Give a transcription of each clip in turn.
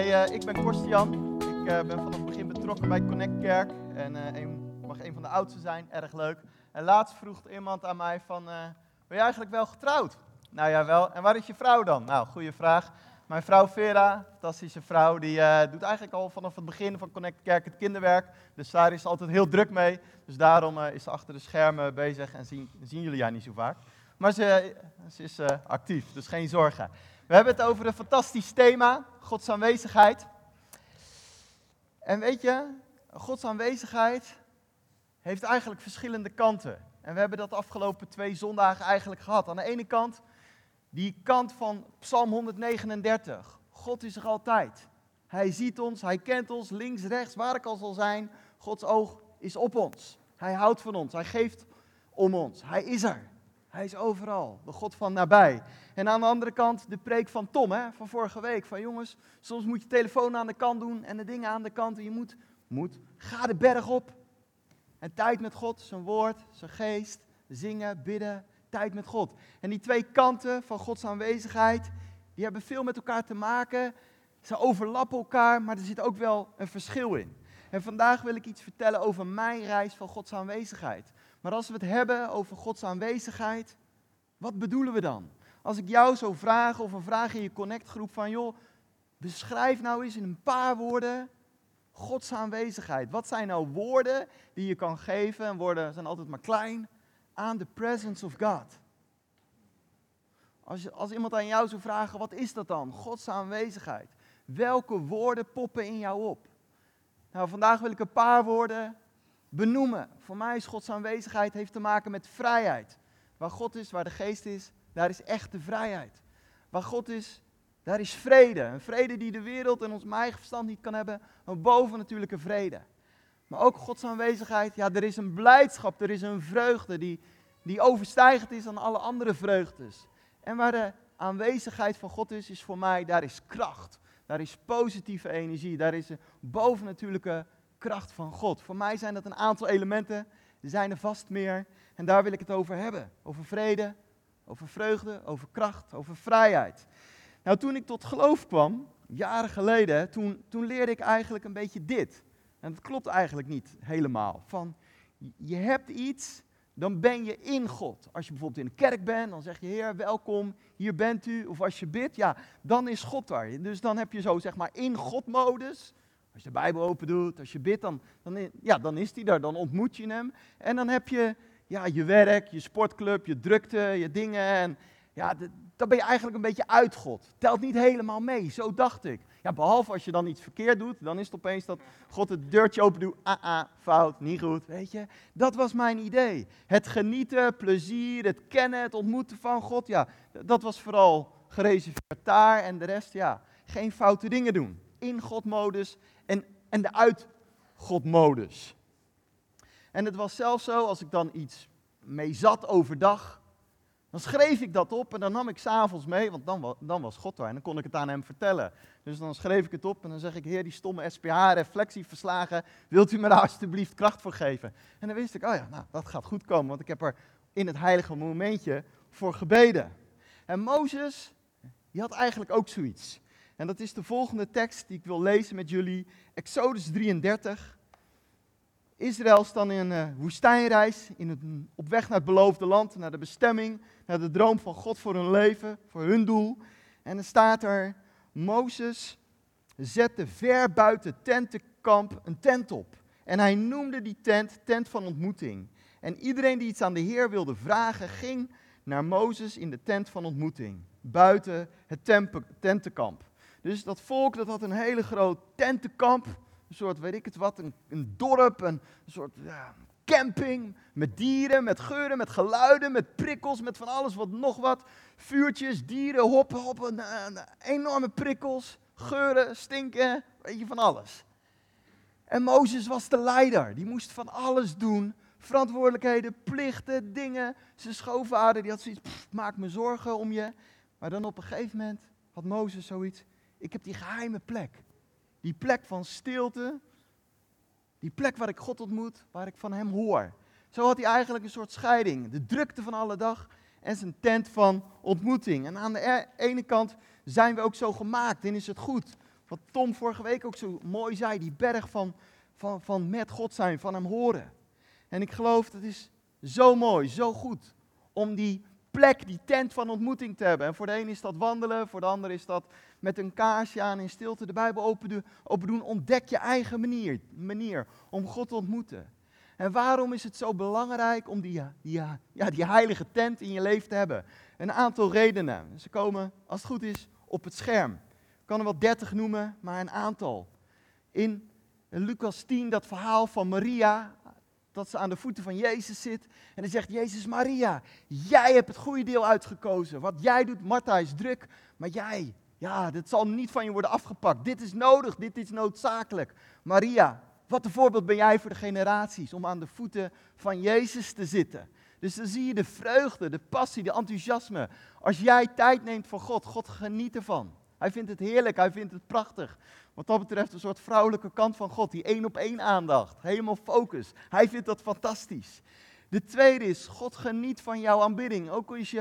Ik ben Korstian. Ik ben vanaf het begin betrokken bij Connect Kerk en mag een van de oudsten zijn, erg leuk. En laatst vroeg iemand aan mij van, ben je eigenlijk wel getrouwd? Nou ja, wel. En waar is je vrouw dan? Nou, goede vraag. Mijn vrouw Vera, fantastische vrouw, die doet eigenlijk al vanaf het begin van Connect Kerk het kinderwerk. Dus daar is ze altijd heel druk mee. Dus daarom is ze achter de schermen bezig en zien jullie haar niet zo vaak. Maar ze is actief, dus geen zorgen. We hebben het over een fantastisch thema, Gods aanwezigheid. En weet je, Gods aanwezigheid heeft eigenlijk verschillende kanten. En we hebben dat de afgelopen 2 zondagen eigenlijk gehad. Aan de ene kant, die kant van Psalm 139. God is er altijd. Hij ziet ons, hij kent ons, links, rechts, waar ik al zal zijn. Gods oog is op ons. Hij houdt van ons, hij geeft om ons. Hij is er. Hij is overal, de God van nabij. En aan de andere kant de preek van Tom, van vorige week. Van jongens, soms moet je telefoon aan de kant doen en de dingen aan de kant. En je ga de berg op. En tijd met God, zijn woord, zijn geest, zingen, bidden, tijd met God. En die 2 kanten van Gods aanwezigheid, die hebben veel met elkaar te maken. Ze overlappen elkaar, maar er zit ook wel een verschil in. En vandaag wil ik iets vertellen over mijn reis van Gods aanwezigheid. Maar als we het hebben over Gods aanwezigheid, wat bedoelen we dan? Als ik jou zou vragen, of een vraag in je connectgroep van, joh, beschrijf nou eens in een paar woorden Gods aanwezigheid. Wat zijn nou woorden die je kan geven, en woorden zijn altijd maar klein, aan the presence of God? Als iemand aan jou zou vragen, wat is dat dan? Gods aanwezigheid. Welke woorden poppen in jou op? Nou, vandaag wil ik een paar woorden benoemen. Voor mij is Gods aanwezigheid heeft te maken met vrijheid. Waar God is, waar de geest is, daar is echte vrijheid. Waar God is, daar is vrede. Een vrede die de wereld en ons eigen verstand niet kan hebben. Een bovennatuurlijke vrede. Maar ook Gods aanwezigheid, ja, er is een blijdschap, er is een vreugde die overstijgend is aan alle andere vreugdes. En waar de aanwezigheid van God is voor mij, daar is kracht. Daar is positieve energie, daar is een bovennatuurlijke kracht van God. Voor mij zijn dat een aantal elementen, er zijn er vast meer. En daar wil ik het over hebben. Over vrede, over vreugde, over kracht, over vrijheid. Nou, toen ik tot geloof kwam, jaren geleden, toen leerde ik eigenlijk een beetje dit. En dat klopt eigenlijk niet helemaal. Van, je hebt iets, dan ben je in God. Als je bijvoorbeeld in de kerk bent, dan zeg je, Heer, welkom, hier bent u. Of als je bidt, ja, dan is God daar. Dus dan heb je zo, zeg maar, in God-modus. Als je de Bijbel open doet, als je bidt, dan is hij daar, dan ontmoet je hem. En dan heb je je werk, je sportclub, je drukte, je dingen. En ja, dan ben je eigenlijk een beetje uit God. Telt niet helemaal mee, zo dacht ik. Ja, behalve als je dan iets verkeerd doet, dan is het opeens dat God het deurtje open doet. Fout, niet goed, weet je. Dat was mijn idee. Het genieten, plezier, het kennen, het ontmoeten van God, ja, dat was vooral gereserveerd daar. En de rest, ja, geen foute dingen doen. In God-modus en de uit-God-modus. En het was zelfs zo, als ik dan iets mee zat overdag, dan schreef ik dat op en dan nam ik 's avonds mee, want dan was God daar en dan kon ik het aan hem vertellen. Dus dan schreef ik het op en dan zeg ik, Heer, die stomme SPH-reflectieverslagen, wilt u me daar alsjeblieft kracht voor geven? En dan wist ik, oh ja, nou, dat gaat goed komen, want ik heb er in het heilige momentje voor gebeden. En Mozes, die had eigenlijk ook zoiets. En dat is de volgende tekst die ik wil lezen met jullie, Exodus 33. Israël is dan in een woestijnreis, op weg naar het beloofde land, naar de bestemming, naar de droom van God voor hun leven, voor hun doel. En dan staat er, Mozes zette ver buiten het tentenkamp een tent op. En hij noemde die tent van ontmoeting. En iedereen die iets aan de Heer wilde vragen, ging naar Mozes in de tent van ontmoeting, buiten het tentenkamp. Dus dat volk dat had een hele groot tentenkamp. Een soort, weet ik het wat, een dorp, een soort camping met dieren, met geuren, met geluiden, met prikkels, met van alles wat nog wat. Vuurtjes, dieren, hoppen, enorme prikkels, geuren, stinken, weet je, van alles. En Mozes was de leider, die moest van alles doen. Verantwoordelijkheden, plichten, dingen. Zijn schoonvader, die had zoiets, maak me zorgen om je. Maar dan op een gegeven moment had Mozes zoiets, ik heb die geheime plek. Die plek van stilte, die plek waar ik God ontmoet, waar ik van hem hoor. Zo had hij eigenlijk een soort scheiding. De drukte van alle dag en zijn tent van ontmoeting. En aan de ene kant zijn we ook zo gemaakt en is het goed. Wat Tom vorige week ook zo mooi zei, die berg van met God zijn, van hem horen. En ik geloof, dat is zo mooi, zo goed, om die plek, die tent van ontmoeting te hebben. En voor de een is dat wandelen, voor de ander is dat met een kaarsje aan in stilte de Bijbel open doen. Ontdek je eigen manier om God te ontmoeten. En waarom is het zo belangrijk om die heilige tent in je leven te hebben? Een aantal redenen. Ze komen, als het goed is, op het scherm. Ik kan er wel 30 noemen, maar een aantal. In Lucas 10, dat verhaal van Maria, dat ze aan de voeten van Jezus zit. En dan zegt Jezus, Maria, jij hebt het goede deel uitgekozen. Wat jij doet, Martha is druk, maar jij, dit zal niet van je worden afgepakt. Dit is nodig, dit is noodzakelijk. Maria, wat een voorbeeld ben jij voor de generaties om aan de voeten van Jezus te zitten. Dus dan zie je de vreugde, de passie, de enthousiasme. Als jij tijd neemt voor God, God geniet ervan. Hij vindt het heerlijk, hij vindt het prachtig. Wat dat betreft een soort vrouwelijke kant van God, die 1-op-1 aandacht, helemaal focus. Hij vindt dat fantastisch. De tweede is, God geniet van jouw aanbidding. Ook als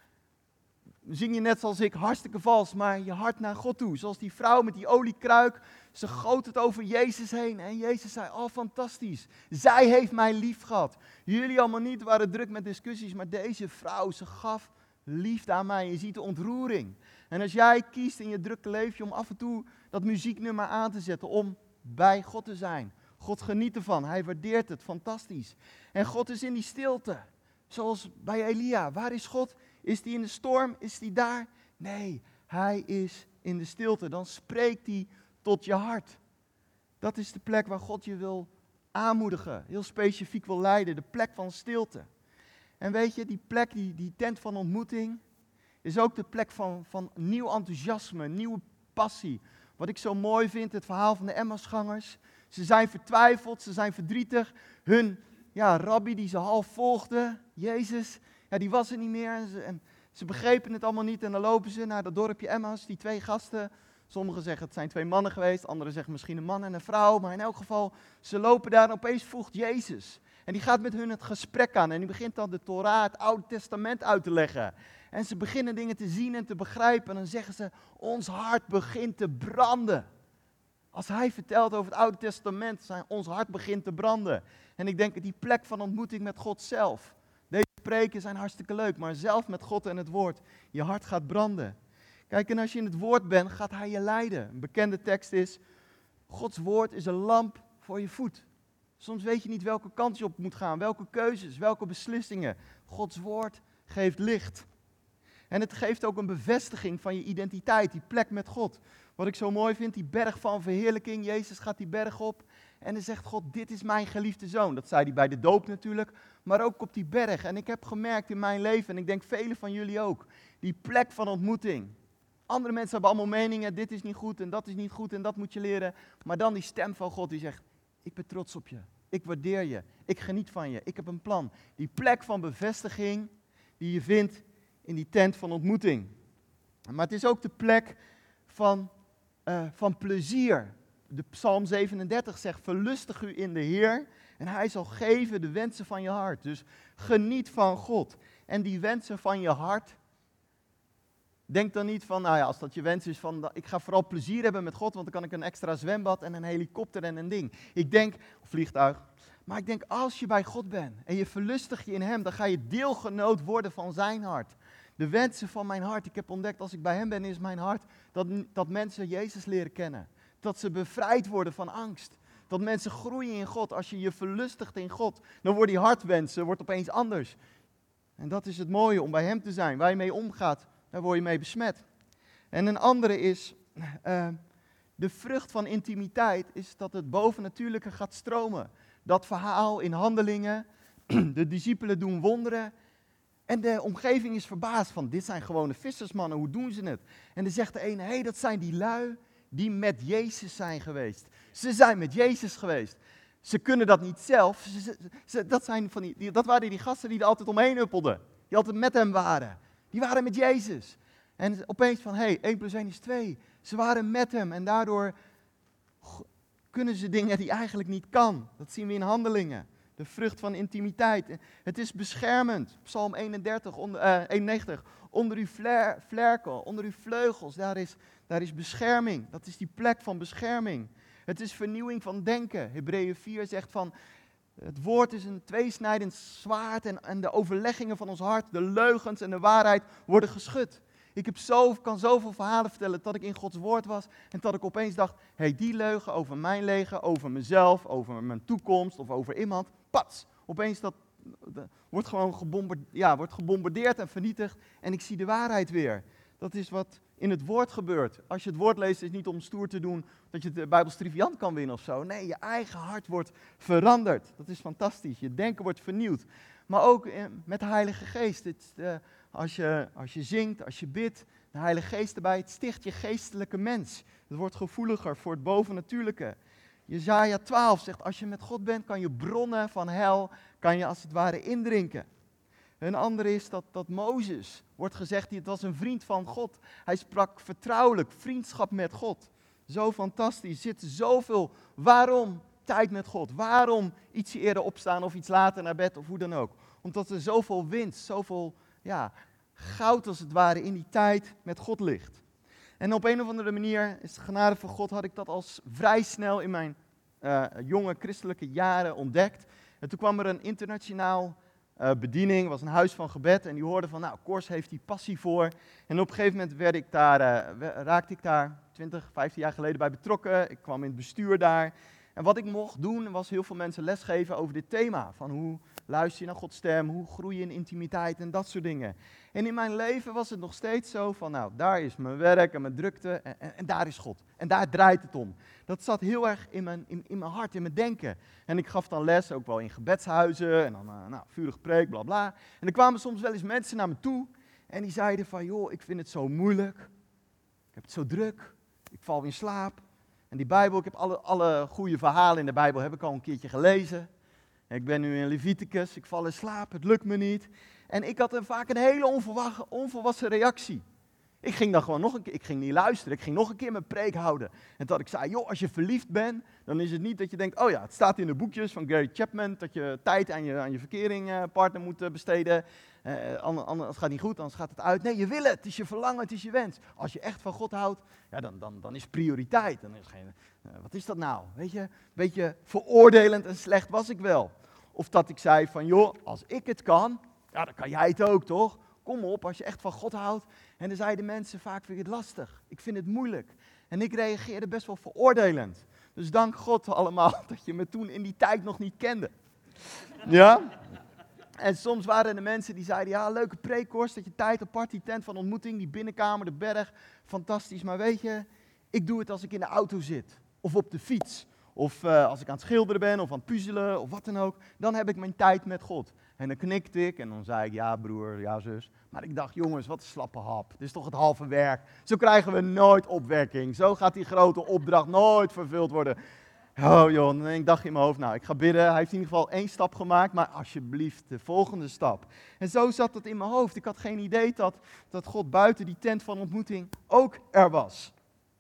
zing je net zoals ik, hartstikke vals, maar je hart naar God toe. Zoals die vrouw met die oliekruik, ze goot het over Jezus heen. En Jezus zei, oh fantastisch, zij heeft mij lief gehad. Jullie allemaal niet waren druk met discussies, maar deze vrouw, ze gaf liefde aan mij. Je ziet de ontroering. En als jij kiest in je drukke leven om af en toe dat muzieknummer aan te zetten, om bij God te zijn. God geniet ervan, hij waardeert het, fantastisch. En God is in die stilte, zoals bij Elia. Waar is God? Is hij in de storm? Is hij daar? Nee, hij is in de stilte. Dan spreekt hij tot je hart. Dat is de plek waar God je wil aanmoedigen, heel specifiek wil leiden, de plek van stilte. En weet je, die plek, die tent van ontmoeting, is ook de plek van nieuw enthousiasme, nieuwe passie. Wat ik zo mooi vind, het verhaal van de Emmausgangers. Ze zijn vertwijfeld, ze zijn verdrietig. Hun rabbi die ze half volgde, Jezus, die was er niet meer. En ze begrepen het allemaal niet en dan lopen ze naar dat dorpje Emmaus, die 2 gasten. Sommigen zeggen het zijn 2 mannen geweest, anderen zeggen misschien een man en een vrouw. Maar in elk geval, ze lopen daar en opeens volgt Jezus. En die gaat met hun het gesprek aan en die begint dan de Torah, het Oude Testament uit te leggen. En ze beginnen dingen te zien en te begrijpen en dan zeggen ze, ons hart begint te branden. Als hij vertelt over het Oude Testament, ons hart begint te branden. En ik denk, die plek van ontmoeting met God zelf. Deze preken zijn hartstikke leuk, maar zelf met God en het woord, je hart gaat branden. Kijk, en als je in het woord bent, gaat hij je leiden. Een bekende tekst is, Gods woord is een lamp voor je voet. Soms weet je niet welke kant je op moet gaan, welke keuzes, welke beslissingen. Gods woord geeft licht. En het geeft ook een bevestiging van je identiteit, die plek met God. Wat ik zo mooi vind, die berg van verheerlijking. Jezus gaat die berg op en dan zegt God, dit is mijn geliefde zoon. Dat zei hij bij de doop natuurlijk, maar ook op die berg. En ik heb gemerkt in mijn leven, en ik denk velen van jullie ook, die plek van ontmoeting. Andere mensen hebben allemaal meningen, dit is niet goed en dat is niet goed en dat moet je leren. Maar dan die stem van God die zegt, ik ben trots op je, ik waardeer je, ik geniet van je, ik heb een plan. Die plek van bevestiging die je vindt in die tent van ontmoeting. Maar het is ook de plek van plezier. De Psalm 37 zegt, verlustig u in de Heer en hij zal geven de wensen van je hart. Dus geniet van God. En die wensen van je hart, denk dan niet van, als dat je wens is van, ik ga vooral plezier hebben met God, want dan kan ik een extra zwembad en een helikopter en een ding. Ik denk, of vliegtuig, maar ik denk als je bij God bent en je verlustig je in hem, dan ga je deelgenoot worden van zijn hart. De wensen van mijn hart, ik heb ontdekt als ik bij hem ben, is mijn hart dat mensen Jezus leren kennen. Dat ze bevrijd worden van angst. Dat mensen groeien in God. Als je je verlustigt in God, dan worden die hartwensen opeens anders. En dat is het mooie om bij hem te zijn. Waar je mee omgaat, daar word je mee besmet. En een andere is, de vrucht van intimiteit is dat het bovennatuurlijke gaat stromen. Dat verhaal in Handelingen, de discipelen doen wonderen. En de omgeving is verbaasd van, dit zijn gewone vissersmannen, hoe doen ze het? En dan zegt de ene, dat zijn die lui die met Jezus zijn geweest. Ze zijn met Jezus geweest. Ze kunnen dat niet zelf. Dat waren die gasten die er altijd omheen huppelden. Die altijd met hem waren. Die waren met Jezus. En opeens van, 1 + 1 is 2. Ze waren met hem en daardoor kunnen ze dingen die eigenlijk niet kan. Dat zien we in Handelingen. De vrucht van intimiteit. Het is beschermend. Psalm 91. Onder uw vlerken, onder uw vleugels, daar is bescherming. Dat is die plek van bescherming. Het is vernieuwing van denken. Hebreeën 4 zegt van, het woord is een tweesnijdend zwaard en de overleggingen van ons hart, de leugens en de waarheid worden geschud. Ik kan zoveel verhalen vertellen dat ik in Gods woord was en dat ik opeens dacht, die leugen over mijn leven, over mezelf, over mijn toekomst of over iemand, pats, opeens dat wordt gewoon gebombardeerd en vernietigd en ik zie de waarheid weer. Dat is wat in het woord gebeurt. Als je het woord leest, is het niet om stoer te doen dat je de Bijbels triviant kan winnen of zo. Nee, je eigen hart wordt veranderd. Dat is fantastisch. Je denken wordt vernieuwd. Maar ook met de Heilige Geest. Als je zingt, als je bidt, de Heilige Geest erbij, het sticht je geestelijke mens. Het wordt gevoeliger voor het bovennatuurlijke. Jesaja 12 zegt, als je met God bent, kan je bronnen van hel, kan je als het ware indrinken. Een andere is dat Mozes, wordt gezegd, het was een vriend van God. Hij sprak vertrouwelijk, vriendschap met God. Zo fantastisch, er zit zoveel. Waarom tijd met God? Waarom ietsje eerder opstaan of iets later naar bed of hoe dan ook? Omdat er zoveel winst, zoveel goud als het ware in die tijd met God ligt. En op een of andere manier, is de genade van God, had ik dat als vrij snel in mijn jonge christelijke jaren ontdekt. En toen kwam er een internationaal bediening, was een huis van gebed. En die hoorde van, Kors heeft die passie voor. En op een gegeven moment raakte ik daar 20, 15 jaar geleden bij betrokken. Ik kwam in het bestuur daar. En wat ik mocht doen, was heel veel mensen lesgeven over dit thema. Van hoe luister je naar Gods stem, hoe groei je in intimiteit en dat soort dingen. En in mijn leven was het nog steeds zo van, daar is mijn werk en mijn drukte en daar is God. En daar draait het om. Dat zat heel erg in mijn hart, in mijn denken. En ik gaf dan les, ook wel in gebedshuizen en dan vurig preek, bla bla. En er kwamen soms wel eens mensen naar me toe en die zeiden van, joh, ik vind het zo moeilijk. Ik heb het zo druk, ik val in slaap. En die Bijbel, ik heb alle goede verhalen in de Bijbel heb ik al een keertje gelezen. Ik ben nu in Leviticus, ik val in slaap, het lukt me niet. En ik had vaak een hele onvolwassen reactie. Ik ging dan gewoon ik ging niet luisteren, ik ging nog een keer mijn preek houden. En dat ik zei, joh, als je verliefd bent, dan is het niet dat je denkt, oh ja, het staat in de boekjes van Gary Chapman, dat je tijd aan je verkeringpartner moet besteden. Anders het gaat niet goed, anders gaat het uit. Nee, je wil het is je verlangen, het is je wens. Als je echt van God houdt, dan is prioriteit. Dan is geen, wat is dat nou? Weet je, een beetje veroordelend en slecht was ik wel. Of dat ik zei van, joh, als ik het kan, dan kan jij het ook, toch? Kom op, als je echt van God houdt. En dan zeiden mensen vaak, vind ik het lastig. Ik vind het moeilijk. En ik reageerde best wel veroordelend. Dus dank God allemaal dat je me toen in die tijd nog niet kende. Ja? En soms waren er mensen die zeiden, leuke preekkoers, dat je tijd apart, die tent van ontmoeting, die binnenkamer, de berg, fantastisch. Maar weet je, ik doe het als ik in de auto zit. Of op de fiets. Of als ik aan het schilderen ben of aan het puzzelen of wat dan ook. Dan heb ik mijn tijd met God. En dan knikte ik en dan zei ik, ja broer, ja zus. Maar ik dacht, jongens, wat een slappe hap. Dit is toch het halve werk. Zo krijgen we nooit opwekking. Zo gaat die grote opdracht nooit vervuld worden. Oh joh, en ik dacht in mijn hoofd, ik ga bidden. Hij heeft in ieder geval 1 stap gemaakt, maar alsjeblieft de volgende stap. En zo zat het in mijn hoofd. Ik had geen idee dat God buiten die tent van ontmoeting ook er was.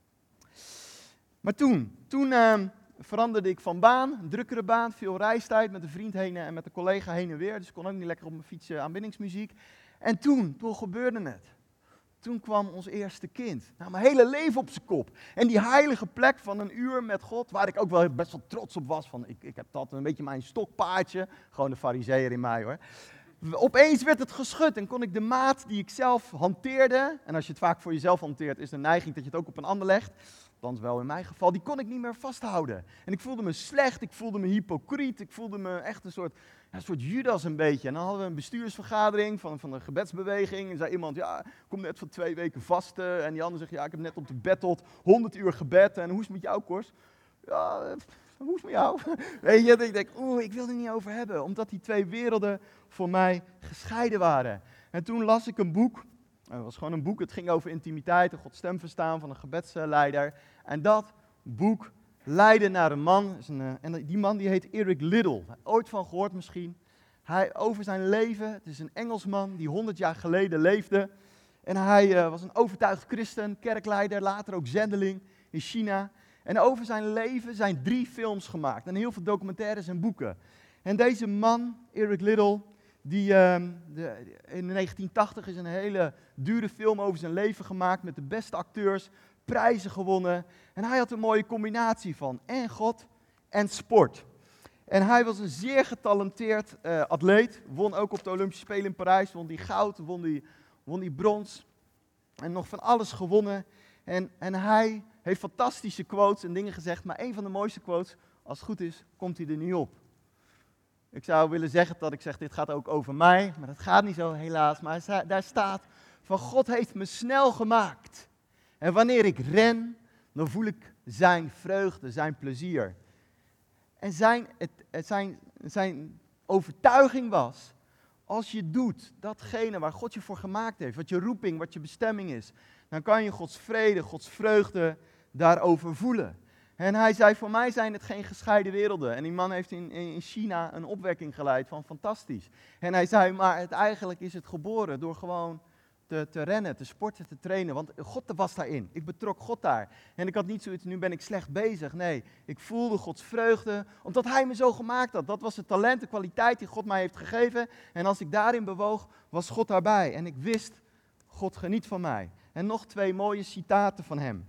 Maar toen veranderde ik van baan, een drukkere baan, veel reistijd met een vriend heen en met een collega heen en weer. Dus ik kon ook niet lekker op mijn fiets aanbindingsmuziek. En toen gebeurde het. Toen kwam ons eerste kind. Mijn hele leven op zijn kop. En die heilige plek van een uur met God, waar ik ook wel best wel trots op was. Van, ik heb dat een beetje mijn stokpaardje. Gewoon de farizeeër in mij hoor. Opeens werd het geschud en kon ik de maat die ik zelf hanteerde. En als je het vaak voor jezelf hanteert, is de neiging dat je het ook op een ander legt. Althans wel in mijn geval, die kon ik niet meer vasthouden. En ik voelde me slecht, ik voelde me hypocriet, ik voelde me echt een soort Judas een beetje. En dan hadden we een bestuursvergadering van de gebedsbeweging. En zei iemand, ik kom net van 2 weken vasten. En die ander zegt, ik heb net op de beddot 100 uur gebed. En hoe is het met jou, Kors? Ja, hoe is het met jou? Weet je, ik denk, ik wil er niet over hebben. Omdat die 2 werelden voor mij gescheiden waren. En toen las ik een boek. Het was gewoon een boek, het ging over intimiteit en Gods stem verstaan van een gebedsleider. En dat boek leidde naar een man, en die man die heet Eric Liddell. Ooit van gehoord misschien. Hij over zijn leven, het is een Engelsman die 100 jaar geleden leefde. En hij was een overtuigd christen, kerkleider, later ook zendeling in China. En over zijn leven zijn 3 films gemaakt en heel veel documentaires en boeken. En deze man, Eric Liddell, in 1980 is een hele dure film over zijn leven gemaakt met de beste acteurs, prijzen gewonnen. En hij had een mooie combinatie van en God en sport. En hij was een zeer getalenteerd atleet, won ook op de Olympische Spelen in Parijs, won die goud, won die brons en nog van alles gewonnen. En hij heeft fantastische quotes en dingen gezegd, maar een van de mooiste quotes, als het goed is, komt hij er niet op. Ik zou willen zeggen dat ik zeg, dit gaat ook over mij, maar dat gaat niet zo helaas. Maar daar staat, van God heeft me snel gemaakt. En wanneer ik ren, dan voel ik zijn vreugde, zijn plezier. En zijn overtuiging was, als je doet datgene waar God je voor gemaakt heeft, wat je roeping, wat je bestemming is, dan kan je Gods vrede, Gods vreugde daarover voelen. En hij zei, voor mij zijn het geen gescheiden werelden. En die man heeft in China een opwekking geleid van fantastisch. En hij zei, maar eigenlijk is het geboren door gewoon te rennen, te sporten, te trainen. Want God was daarin. Ik betrok God daar. En ik had niet zoiets, nu ben ik slecht bezig. Nee, ik voelde Gods vreugde, omdat hij me zo gemaakt had. Dat was het talent, de kwaliteit die God mij heeft gegeven. En als ik daarin bewoog, was God daarbij. En ik wist, God geniet van mij. En nog 2 mooie citaten van hem.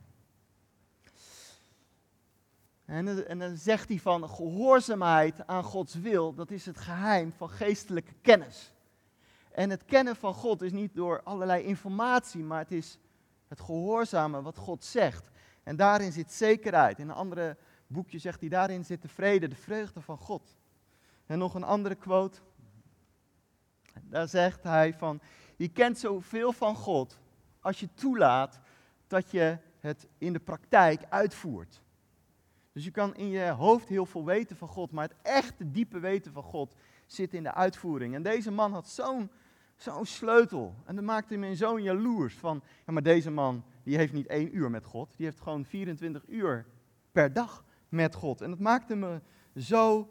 En dan zegt hij van gehoorzaamheid aan Gods wil, dat is het geheim van geestelijke kennis. En het kennen van God is niet door allerlei informatie, maar het is het gehoorzamen wat God zegt. En daarin zit zekerheid. In een andere boekje zegt hij, daarin zit de vrede, de vreugde van God. En nog een andere quote. Daar zegt hij van, je kent zoveel van God als je toelaat dat je het in de praktijk uitvoert. Dus je kan in je hoofd heel veel weten van God, maar het echte diepe weten van God zit in de uitvoering. En deze man had zo'n sleutel. En dat maakte hem in zo'n jaloers van, ja, maar deze man die heeft niet 1 uur met God, die heeft gewoon 24 uur per dag met God. En dat maakte me zo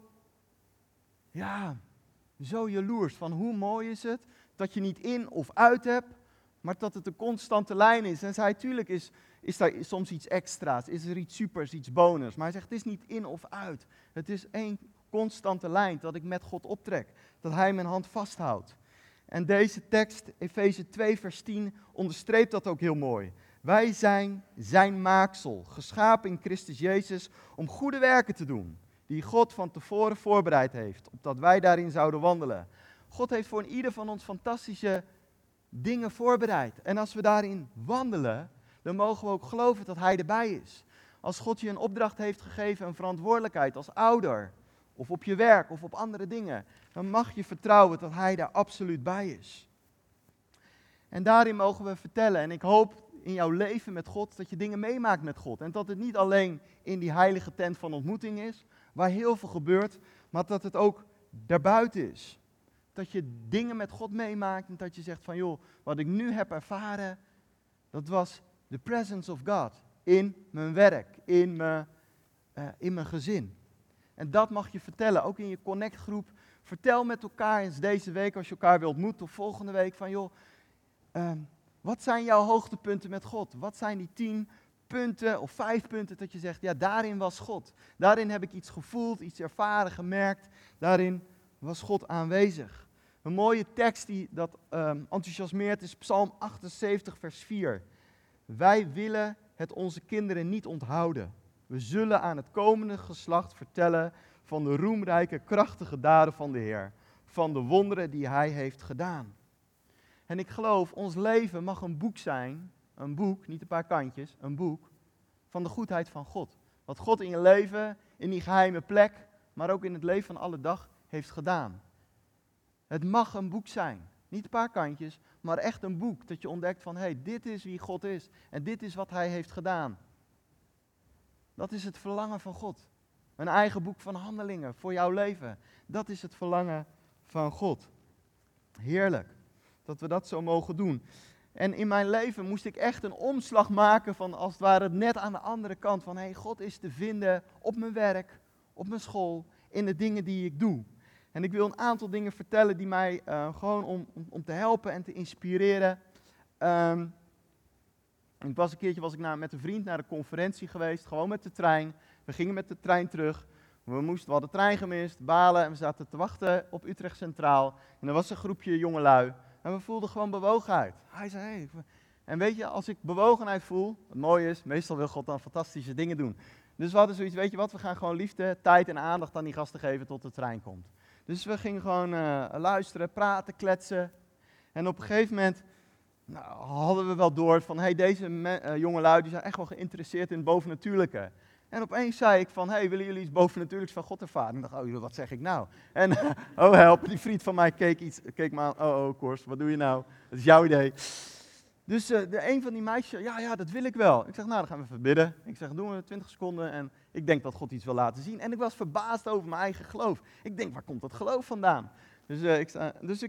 jaloers van hoe mooi is het dat je niet in of uit hebt, maar dat het een constante lijn is. En zei, tuurlijk is daar soms iets extra's, is er iets supers, iets bonus. Maar hij zegt, het is niet in of uit. Het is één constante lijn dat ik met God optrek. Dat hij mijn hand vasthoudt. En deze tekst, Efeze 2 vers 10, onderstreept dat ook heel mooi. Wij zijn zijn maaksel, geschapen in Christus Jezus om goede werken te doen. Die God van tevoren voorbereid heeft, opdat wij daarin zouden wandelen. God heeft voor ieder van ons fantastische dingen voorbereid. En als we daarin wandelen, dan mogen we ook geloven dat hij erbij is. Als God je een opdracht heeft gegeven, een verantwoordelijkheid als ouder, of op je werk, of op andere dingen, dan mag je vertrouwen dat hij daar absoluut bij is. En daarin mogen we vertellen, en ik hoop in jouw leven met God, dat je dingen meemaakt met God. En dat het niet alleen in die heilige tent van ontmoeting is, waar heel veel gebeurt, maar dat het ook daarbuiten is. Dat je dingen met God meemaakt en dat je zegt van joh, wat ik nu heb ervaren, dat was the presence of God in mijn werk, in mijn gezin. En dat mag je vertellen, ook in je connectgroep. Vertel met elkaar eens deze week als je elkaar wilt ontmoeten of volgende week van joh, wat zijn jouw hoogtepunten met God? Wat zijn die 10 punten of 5 punten dat je zegt, ja daarin was God. Daarin heb ik iets gevoeld, iets ervaren, gemerkt. Daarin was God aanwezig. Een mooie tekst die dat enthousiasmeert is Psalm 78 vers 4. Wij willen het onze kinderen niet onthouden. We zullen aan het komende geslacht vertellen van de roemrijke, krachtige daden van de Heer. Van de wonderen die Hij heeft gedaan. En ik geloof, ons leven mag een boek zijn. Een boek, niet een paar kantjes, een boek van de goedheid van God. Wat God in je leven, in die geheime plek, maar ook in het leven van alle dag heeft gedaan. Het mag een boek zijn. Niet een paar kantjes, maar echt een boek. Dat je ontdekt van, hé, dit is wie God is. En dit is wat Hij heeft gedaan. Dat is het verlangen van God. Een eigen boek van handelingen voor jouw leven. Dat is het verlangen van God. Heerlijk. Dat we dat zo mogen doen. En in mijn leven moest ik echt een omslag maken van als het ware net aan de andere kant. Van hé, God is te vinden op mijn werk, op mijn school, in de dingen die ik doe. En ik wil een aantal dingen vertellen die mij gewoon om te helpen en te inspireren. Een keertje was ik met een vriend naar de conferentie geweest, gewoon met de trein. We gingen met de trein terug. We hadden trein gemist, balen en we zaten te wachten op Utrecht Centraal. En er was een groepje jongelui en we voelden gewoon bewogenheid. Hij zei, hey. En weet je, als ik bewogenheid voel, het mooie is, meestal wil God dan fantastische dingen doen. Dus we hadden zoiets, weet je wat, we gaan gewoon liefde, tijd en aandacht aan die gasten geven tot de trein komt. Dus we gingen gewoon luisteren, praten, kletsen. En op een gegeven moment hadden we wel door van, hey, deze jongelui die zijn echt wel geïnteresseerd in het bovennatuurlijke. En opeens zei ik van, hey, willen jullie iets bovennatuurlijks van God ervaren? En ik dacht, wat zeg ik nou? En, oh help, die vriend van mij keek me aan, Kors, wat doe je nou? Dat is jouw idee. Dus een van die meisjes, ja, dat wil ik wel. Ik zeg, nou, dan gaan we even bidden. Ik zeg, doen we 20 seconden en ik denk dat God iets wil laten zien. En ik was verbaasd over mijn eigen geloof. Ik denk, waar komt dat geloof vandaan? Dus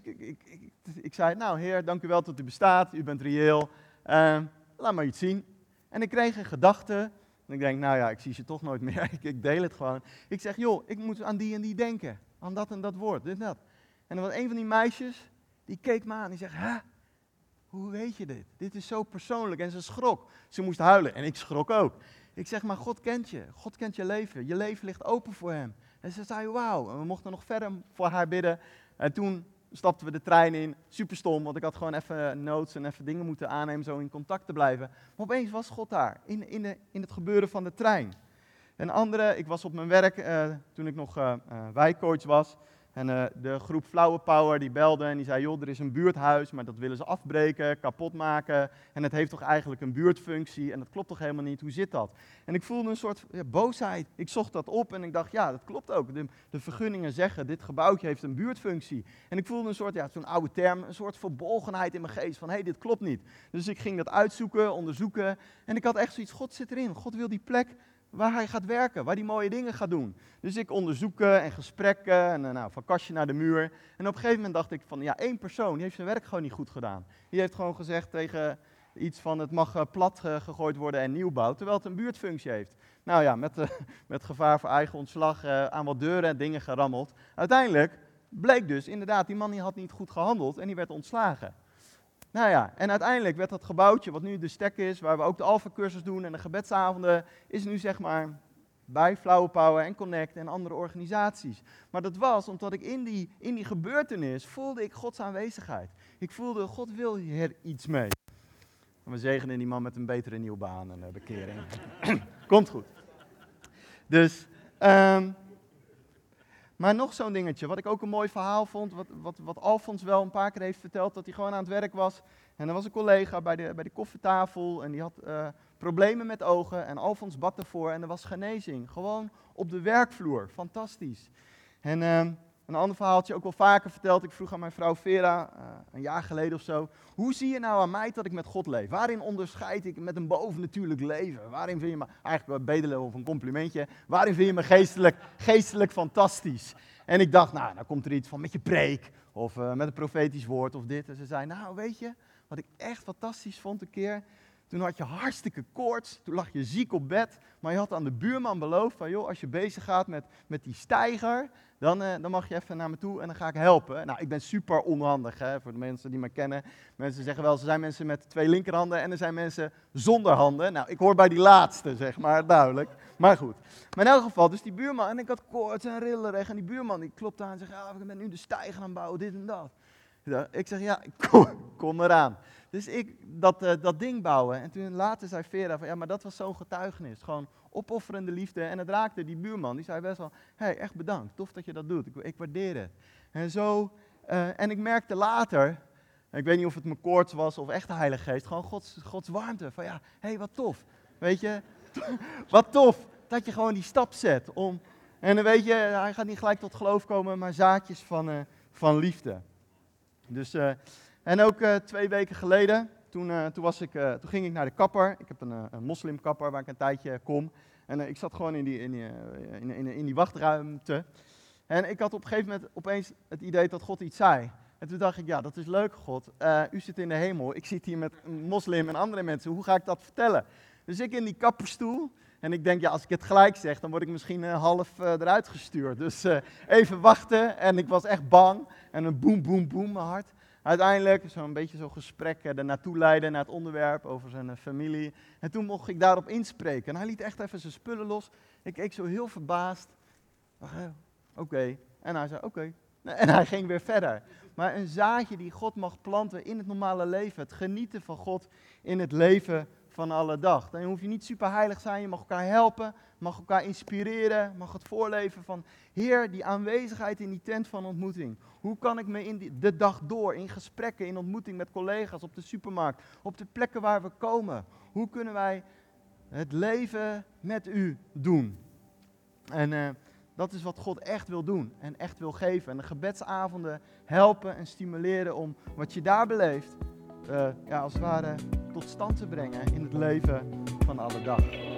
ik zei, nou Heer, dank u wel dat u bestaat, u bent reëel. Laat maar iets zien. En ik kreeg een gedachte. En ik denk, nou ja, ik zie ze toch nooit meer. Ik deel het gewoon. Ik zeg, joh, ik moet aan die en die denken. Aan dat en dat woord, dit en dat. En er was een van die meisjes, die keek me aan. Die zegt, hoe weet je dit? Dit is zo persoonlijk. En ze schrok. Ze moest huilen. En ik schrok ook. Ik zeg, maar God kent je. God kent je leven. Je leven ligt open voor hem. En ze zei, wauw. En we mochten nog verder voor haar bidden. En toen stapten we de trein in. Super stom, want ik had gewoon even notes en even dingen moeten aannemen, zo in contact te blijven. Maar opeens was God daar, in het gebeuren van de trein. Een andere, ik was op mijn werk toen ik nog wijkcoach was. En de groep Flower Power die belde en die zei, joh, er is een buurthuis, maar dat willen ze afbreken, kapot maken. En het heeft toch eigenlijk een buurtfunctie en dat klopt toch helemaal niet, hoe zit dat? En ik voelde een soort boosheid. Ik zocht dat op en ik dacht, ja, dat klopt ook. De vergunningen zeggen, dit gebouwtje heeft een buurtfunctie. En ik voelde een soort, zo'n oude term, een soort verbolgenheid in mijn geest van, dit klopt niet. Dus ik ging dat uitzoeken, onderzoeken en ik had echt zoiets, God zit erin. God wil die plek waar hij gaat werken, waar hij mooie dingen gaat doen. Dus ik onderzoeken en gesprekken en van kastje naar de muur. En op een gegeven moment dacht ik van, één persoon, die heeft zijn werk gewoon niet goed gedaan. Die heeft gewoon gezegd tegen iets van, het mag plat gegooid worden en nieuwbouw, terwijl het een buurtfunctie heeft. Nou ja, met gevaar voor eigen ontslag aan wat deuren en dingen gerammeld. Uiteindelijk bleek dus, inderdaad, die man die had niet goed gehandeld en die werd ontslagen. Nou ja, en uiteindelijk werd dat gebouwtje, wat nu de stek is, waar we ook de Alpha-cursus doen en de gebedsavonden, is nu zeg maar bij Flower Power en Connect en andere organisaties. Maar dat was omdat ik in die gebeurtenis voelde ik Gods aanwezigheid. Ik voelde, God wil hier iets mee. En we zegenen die man met een betere nieuwe baan en bekering. Komt goed. Dus, maar nog zo'n dingetje, wat ik ook een mooi verhaal vond, wat Alfons wel een paar keer heeft verteld, dat hij gewoon aan het werk was. En er was een collega bij de koffietafel en die had problemen met ogen en Alfons bad ervoor en er was genezing. Gewoon op de werkvloer, fantastisch. En een ander verhaaltje, ook wel vaker verteld, ik vroeg aan mijn vrouw Vera, een jaar geleden of zo, hoe zie je nou aan mij dat ik met God leef? Waarin onderscheid ik met een bovennatuurlijk leven? Waarin vind je me, eigenlijk bij bedelen of een complimentje, waarin vind je me geestelijk fantastisch? En ik dacht, nou komt er iets van met je preek, of met een profetisch woord, of dit. En ze zei, nou weet je, wat ik echt fantastisch vond een keer, toen had je hartstikke koorts, toen lag je ziek op bed, maar je had aan de buurman beloofd van, joh, als je bezig gaat met die steiger, dan mag je even naar me toe en dan ga ik helpen. Nou, ik ben super onhandig, voor de mensen die me kennen. Mensen zeggen wel, er zijn mensen met 2 linkerhanden en er zijn mensen zonder handen. Nou, ik hoor bij die laatste, zeg maar, duidelijk. Maar goed. Maar in elk geval, dus die buurman, en ik had koorts en rillerig, en die buurman die klopt aan en zegt, ik ben nu de steiger aan het bouwen, dit en dat. Ik zeg, ja, kom eraan. Dus ik dat ding bouwen. En toen later zei Vera van, maar dat was zo'n getuigenis. Gewoon opofferende liefde. En het raakte die buurman. Die zei best wel, echt bedankt. Tof dat je dat doet. Ik waardeer het. En zo, en ik merkte later, ik weet niet of het mijn koorts was of echt de Heilige Geest, gewoon Gods warmte. Van wat tof. Weet je, wat tof dat je gewoon die stap zet. En dan weet je, hij gaat niet gelijk tot geloof komen, maar zaadjes van liefde. Dus, en ook 2 weken geleden, toen ging ik naar de kapper. Ik heb een moslimkapper waar ik een tijdje kom. En ik zat gewoon in die wachtruimte. En ik had op een gegeven moment opeens het idee dat God iets zei. En toen dacht ik, ja, dat is leuk, God. U zit in de hemel, ik zit hier met een moslim en andere mensen. Hoe ga ik dat vertellen? Dus ik in die kapperstoel. En ik denk, ja, als ik het gelijk zeg, dan word ik misschien half eruit gestuurd. Dus even wachten. En ik was echt bang. En een boem, boem, boem, mijn hart. Uiteindelijk zo'n beetje zo'n gesprek er naartoe leiden, naar het onderwerp over zijn familie. En toen mocht ik daarop inspreken. En hij liet echt even zijn spullen los. Ik keek zo heel verbaasd. Oké. En hij zei oké. En hij ging weer verder. Maar een zaadje die God mag planten in het normale leven. Het genieten van God in het leven van alle dag. Dan hoef je niet super heilig te zijn. Je mag elkaar helpen. Mag elkaar inspireren. Mag het voorleven van Heer, die aanwezigheid in die tent van ontmoeting. Hoe kan ik me in de dag door, in gesprekken, in ontmoeting met collega's, op de supermarkt, op de plekken waar we komen. Hoe kunnen wij het leven met u doen? En dat is wat God echt wil doen en echt wil geven. En de gebedsavonden helpen en stimuleren om wat je daar beleeft, als het ware tot stand te brengen in het leven van alle dag.